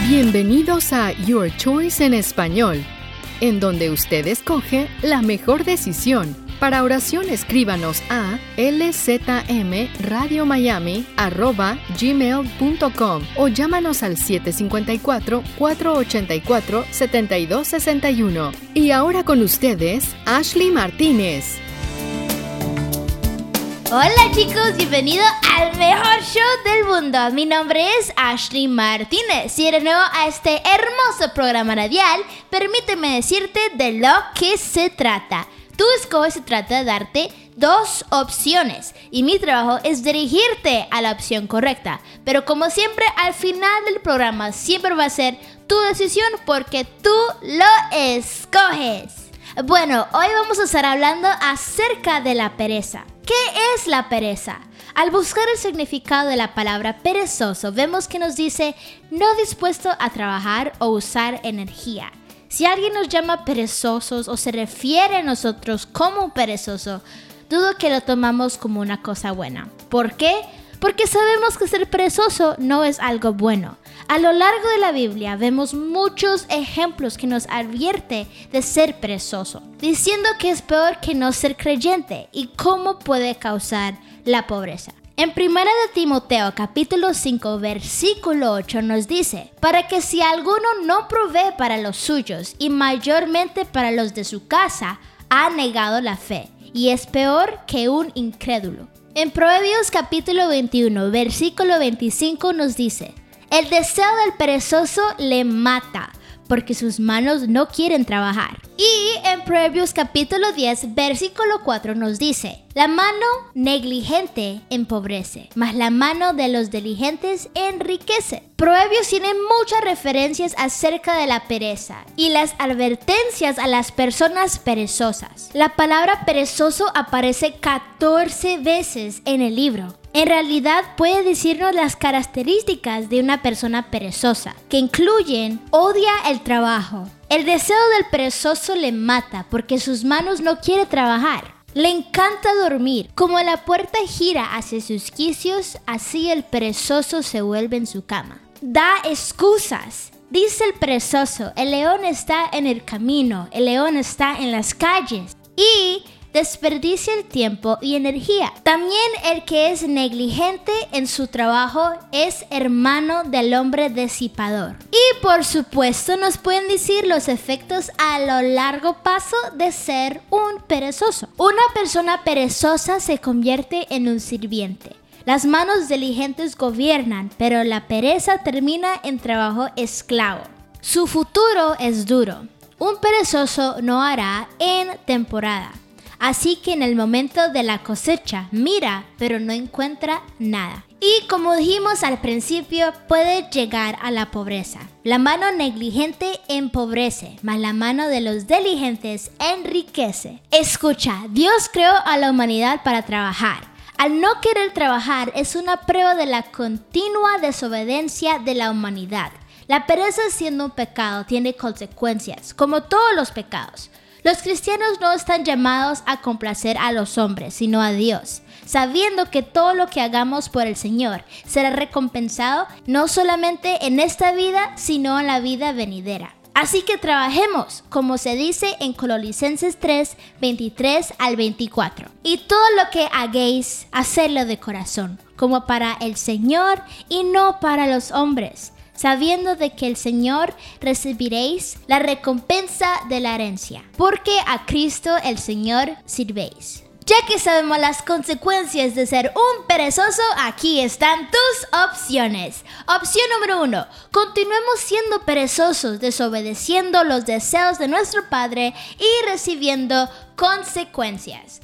Bienvenidos a Your Choice en español, en donde usted escoge la mejor decisión. Para oración, escríbanos a lzmradiomiami@gmail.com o llámanos al 754-484-7261. Y ahora con ustedes, Ashley Martínez. Hola chicos, bienvenido al mejor show del mundo. Mi nombre es Ashley Martínez. Si eres nuevo a este hermoso programa radial, permíteme decirte de lo que se trata. Tu escoge se trata de darte dos opciones y mi trabajo es dirigirte a la opción correcta. Pero como siempre, al final del programa siempre va a ser tu decisión porque tú lo escoges. Bueno, hoy vamos a estar hablando acerca de la pereza. ¿Qué es la pereza? Al buscar el significado de la palabra perezoso, vemos que nos dice no dispuesto a trabajar o usar energía. Si alguien nos llama perezosos o se refiere a nosotros como un perezoso, dudo que lo tomamos como una cosa buena. ¿Por qué? Porque sabemos que ser perezoso no es algo bueno. A lo largo de la Biblia vemos muchos ejemplos que nos advierte de ser perezoso, diciendo que es peor que no ser creyente y cómo puede causar la pobreza. En 1 de Timoteo capítulo 5 versículo 8 nos dice: para que si alguno no provee para los suyos y mayormente para los de su casa, ha negado la fe y es peor que un incrédulo. En Proverbios capítulo 21 versículo 25 nos dice: el deseo del perezoso le mata, porque sus manos no quieren trabajar. Y en Proverbios capítulo 10, versículo 4 nos dice: la mano negligente empobrece, mas la mano de los diligentes enriquece. Proverbios tiene muchas referencias acerca de la pereza y las advertencias a las personas perezosas. La palabra perezoso aparece 14 veces en el libro. En realidad puede decirnos las características de una persona perezosa, que incluyen: odia el trabajo. El deseo del perezoso le mata porque sus manos no quieren trabajar. Le encanta dormir. Como la puerta gira hacia sus quicios, así el perezoso se vuelve en su cama. Da excusas. Dice el perezoso: el león está en el camino, el león está en las calles. Y desperdicia el tiempo y energía. También el que es negligente en su trabajo es hermano del hombre disipador. Y por supuesto nos pueden decir los efectos a lo largo plazo de ser un perezoso. Una persona perezosa se convierte en un sirviente. Las manos diligentes gobiernan, pero la pereza termina en trabajo esclavo. Su futuro es duro. Un perezoso no hará en temporada. Así que en el momento de la cosecha, mira, pero no encuentra nada. Y como dijimos al principio, puede llegar a la pobreza. La mano negligente empobrece, mas la mano de los diligentes enriquece. Escucha, Dios creó a la humanidad para trabajar. Al no querer trabajar es una prueba de la continua desobediencia de la humanidad. La pereza, siendo un pecado, tiene consecuencias, como todos los pecados. Los cristianos no están llamados a complacer a los hombres, sino a Dios, sabiendo que todo lo que hagamos por el Señor será recompensado no solamente en esta vida, sino en la vida venidera. Así que trabajemos, como se dice en Colosenses 3, 23 al 24. Y todo lo que hagáis, hacedlo de corazón, como para el Señor y no para los hombres, sabiendo de que el Señor recibiréis la recompensa de la herencia, porque a Cristo el Señor sirvéis. Ya que sabemos las consecuencias de ser un perezoso, aquí están tus opciones. Opción número 1. Continuemos siendo perezosos, desobedeciendo los deseos de nuestro Padre y recibiendo consecuencias.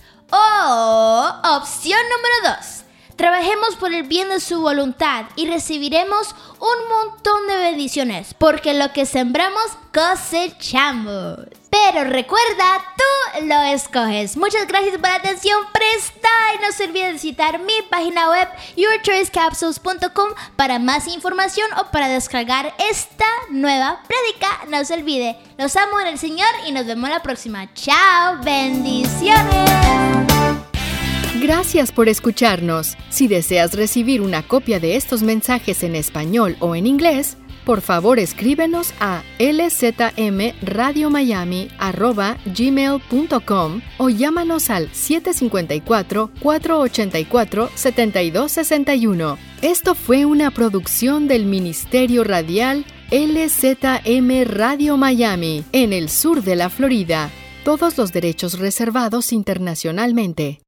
O opción número 2. Trabajemos por el bien de su voluntad y recibiremos un montón de bendiciones, porque lo que sembramos cosechamos. Pero recuerda, tú lo escoges. Muchas gracias por la atención prestada y no se olvide visitar mi página web yourchoicecapsules.com para más información o para descargar esta nueva prédica. No se olvide, los amo en el Señor y nos vemos la próxima. ¡Chao! ¡Bendiciones! Gracias por escucharnos. Si deseas recibir una copia de estos mensajes en español o en inglés, por favor escríbenos a lzmradiomiami@gmail.com o llámanos al 754-484-7261. Esto fue una producción del Ministerio Radial LZM Radio Miami, en el sur de la Florida. Todos los derechos reservados internacionalmente.